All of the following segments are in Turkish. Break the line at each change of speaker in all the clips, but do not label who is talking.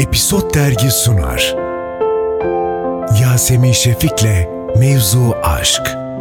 Episod Dergi sunar. Yasemin Şefik'le Mevzu Aşk.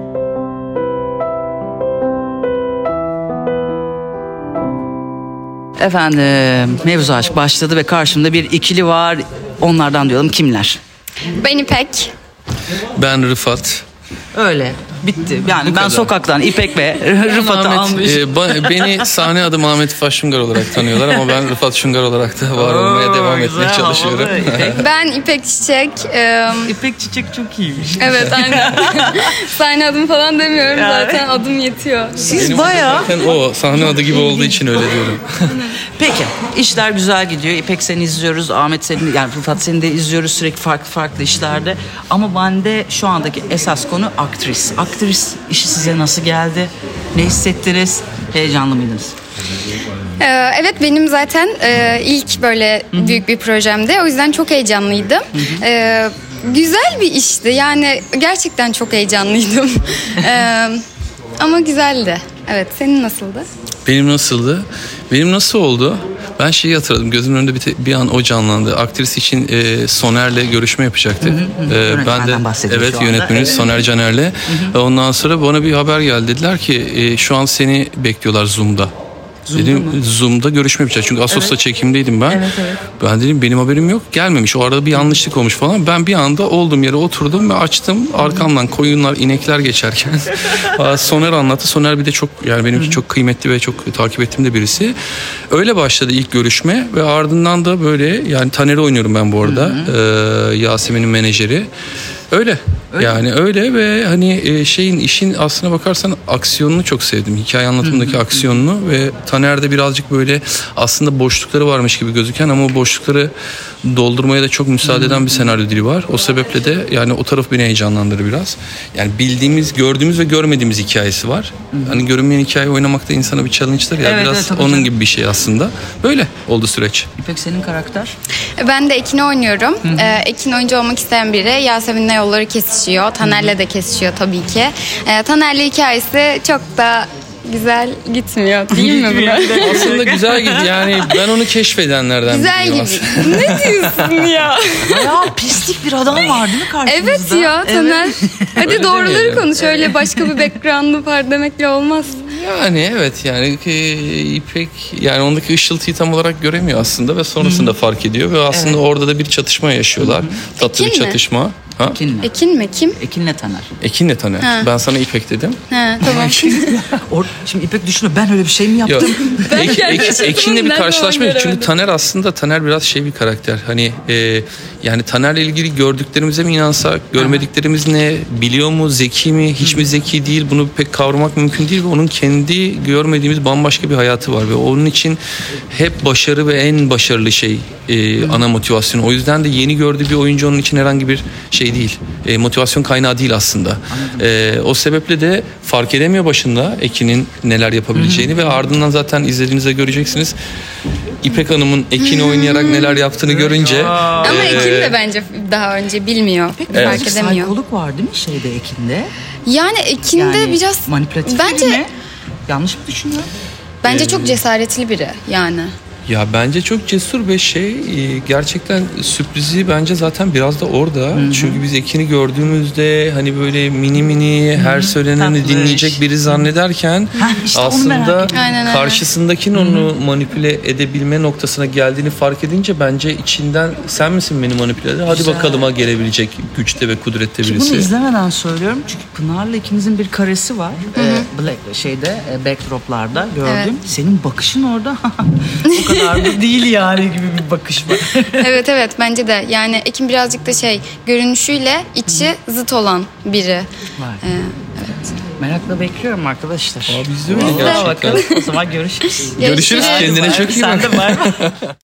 Efendim, Mevzu Aşk başladı ve karşımda bir ikili var. Onlardan diyorum, kimler?
Ben İpek.
Ben Rıfat.
Öyle, bitti. Yani ben
kadar.
sokaktan İpek ve Rıfat'ı almış.
Beni sahne adım Ahmet Rıfat Şungar olarak tanıyorlar ama ben Rıfat Şungar olarak da var olmaya devam etmeye
güzel,
çalışıyorum.
havalı İpek.
Ben İpek Çiçek.
İpek Çiçek çok iyiymiş.
Evet aynen. Sahne adım falan demiyorum zaten adım yetiyor.
Siz
Benim
bayağı...
zaten o sahne adı gibi olduğu için öyle diyorum.
Peki, işler güzel gidiyor. İpek seni izliyoruz, Ahmet seni, yani Rıfat seni de izliyoruz sürekli farklı işlerde. Ama bende şu andaki esas konu aktris. Aktris işi size nasıl geldi? Ne hissettiniz? Heyecanlı mıydınız?
Evet benim zaten ilk böyle büyük bir projemdi. O yüzden çok heyecanlıydım. Güzel bir işti. Yani gerçekten çok heyecanlıydım. Ama güzeldi. Evet senin nasıldı?
Benim nasıldı? Benim nasıl oldu? Ben şeyi hatırladım. Gözümün önünde bir an o canlandı. Aktris için Soner'le görüşme yapacaktık. Ben de
Yönetmenden bahsediyor
evet
şu anda.
yönetmenimiz
Evet.
Soner Caner'le. Ondan sonra bana bir haber geldi. Dediler ki şu an seni bekliyorlar Zoom'da. Dedim Zoom'da görüşme yapacağız. Çünkü Assos'ta çekimdeydim ben.
Evet.
Ben dedim benim haberim yok. Gelmemiş. O arada bir yanlışlık olmuş falan. Ben bir anda olduğum yere oturdum ve açtım. Arkamdan koyunlar, inekler geçerken Soner anlattı. Soner bir de çok yani benim için çok kıymetli ve çok takip ettiğim de birisi. Öyle başladı ilk görüşme ve ardından da böyle yani Taner'i oynuyorum ben bu arada. Yasemin'in menajeri. Öyle. Yani öyle ve hani işin aslına bakarsan aksiyonunu çok sevdim. Hikaye anlatımındaki aksiyonunu ve Taner'de birazcık böyle aslında boşlukları varmış gibi gözüken ama o boşlukları doldurmaya da çok müsaade eden bir senaryo dili var. O sebeple de yani o taraf beni heyecanlandırır biraz. Yani bildiğimiz, gördüğümüz ve görmediğimiz hikayesi var. Hani görünmeyen hikaye oynamak da insana bir challenge'dır ya.
Evet,
biraz
evet, tabii
onun
canım.
gibi bir şey aslında. Böyle oldu süreç.
İpek senin karakter?
Ben de Ekin'i oynuyorum. Ekin oyuncu olmak isteyen biri. Yasemin'le yolları kesişiyor. Taner'le de kesişiyor tabii ki. Taner'le hikayesi çok da güzel gitmiyor değil mi buna?
Aslında güzel gidiyor. Yani ben onu keşfedenlerden
Güzel
biriyim
gibi.
aslında.
Ne diyorsun ya?
Bayağı pislik bir adam var değil mi karşınızda?
Evet ya Taner. Hadi
Öyle
doğruları
demeyelim.
konuş. Öyle başka bir background'u var demekle olmaz.
Yani evet yani İpek yani ondaki ışıltıyı tam olarak göremiyor aslında ve sonrasında fark ediyor ve aslında orada da bir çatışma yaşıyorlar. Tatlı
Ekin
bir
mi?
çatışma. Ha?
Ekin'le.
Ekin mi? Kim?
Ekin'le Taner.
Ekin'le Taner.
Ha.
Ben sana İpek dedim.
Ha, tamam.
Şimdi İpek düşünüyor, ben öyle bir şey mi
Yok.
yaptım?
Ekin'le bir
Ben de
karşılaşma
onu
yok. Çünkü
göremedim.
Taner biraz şey bir karakter. Hani yani Taner'le ilgili gördüklerimize mi inansak, görmediklerimiz ne, biliyor mu, zeki mi, hiç mi zeki değil, bunu pek kavramak mümkün değil ve onun kendi görmediğimiz bambaşka bir hayatı var ve onun için hep başarı ve en başarılı şey ana motivasyon. O yüzden de yeni gördüğü bir oyuncu onun için herhangi bir şey değil. Motivasyon kaynağı değil aslında. O sebeple de fark edemiyor başında Ekin'in neler yapabileceğini ve ardından zaten izlediğinizde göreceksiniz. İpek Hanım'ın Ekin'i oynayarak neler yaptığını görünce
Ama Ekin de bence daha önce bilmiyor.
Evet.
Fark edemiyor.
Saykoluk var değil mi şeyde Ekin'de?
Yani Ekin'de biraz
manipülatif
bence
mi? Yanlış mı düşünüyorum?
bence çok cesaretli biri yani.
ya bence çok cesur ve gerçekten sürprizi bence zaten biraz da orada. Çünkü biz Ekin'i gördüğümüzde hani böyle mini her söyleneni
Tatlış.
dinleyecek biri zannederken
işte onu merak
aslında
ettim.
Aynen öyle.
karşısındakinin onu manipüle edebilme noktasına geldiğini fark edince bence içinden sen misin beni manipüle eder? Hadi
Güzel.
bakalıma gelebilecek güçte ve kudrette
Ki
birisi.
bunu izlemeden söylüyorum çünkü Pınar'la ikinizin bir karesi var. Backdroplarda gördüm.
Evet.
Senin bakışın orada o kadar da değil yani gibi bir bakış var.
Evet bence de. Yani Ekin birazcık da görünüşüyle içi zıt olan biri.
Var. Merakla bekliyorum arkadaşlar.
Aa, biz de mi?
Vallahi
Gerçekten.
bakalım. O zaman görüşürüz.
Görüşürüz.
Görüşürüz.
Kendine çok iyi bak.
Sen de bay bay.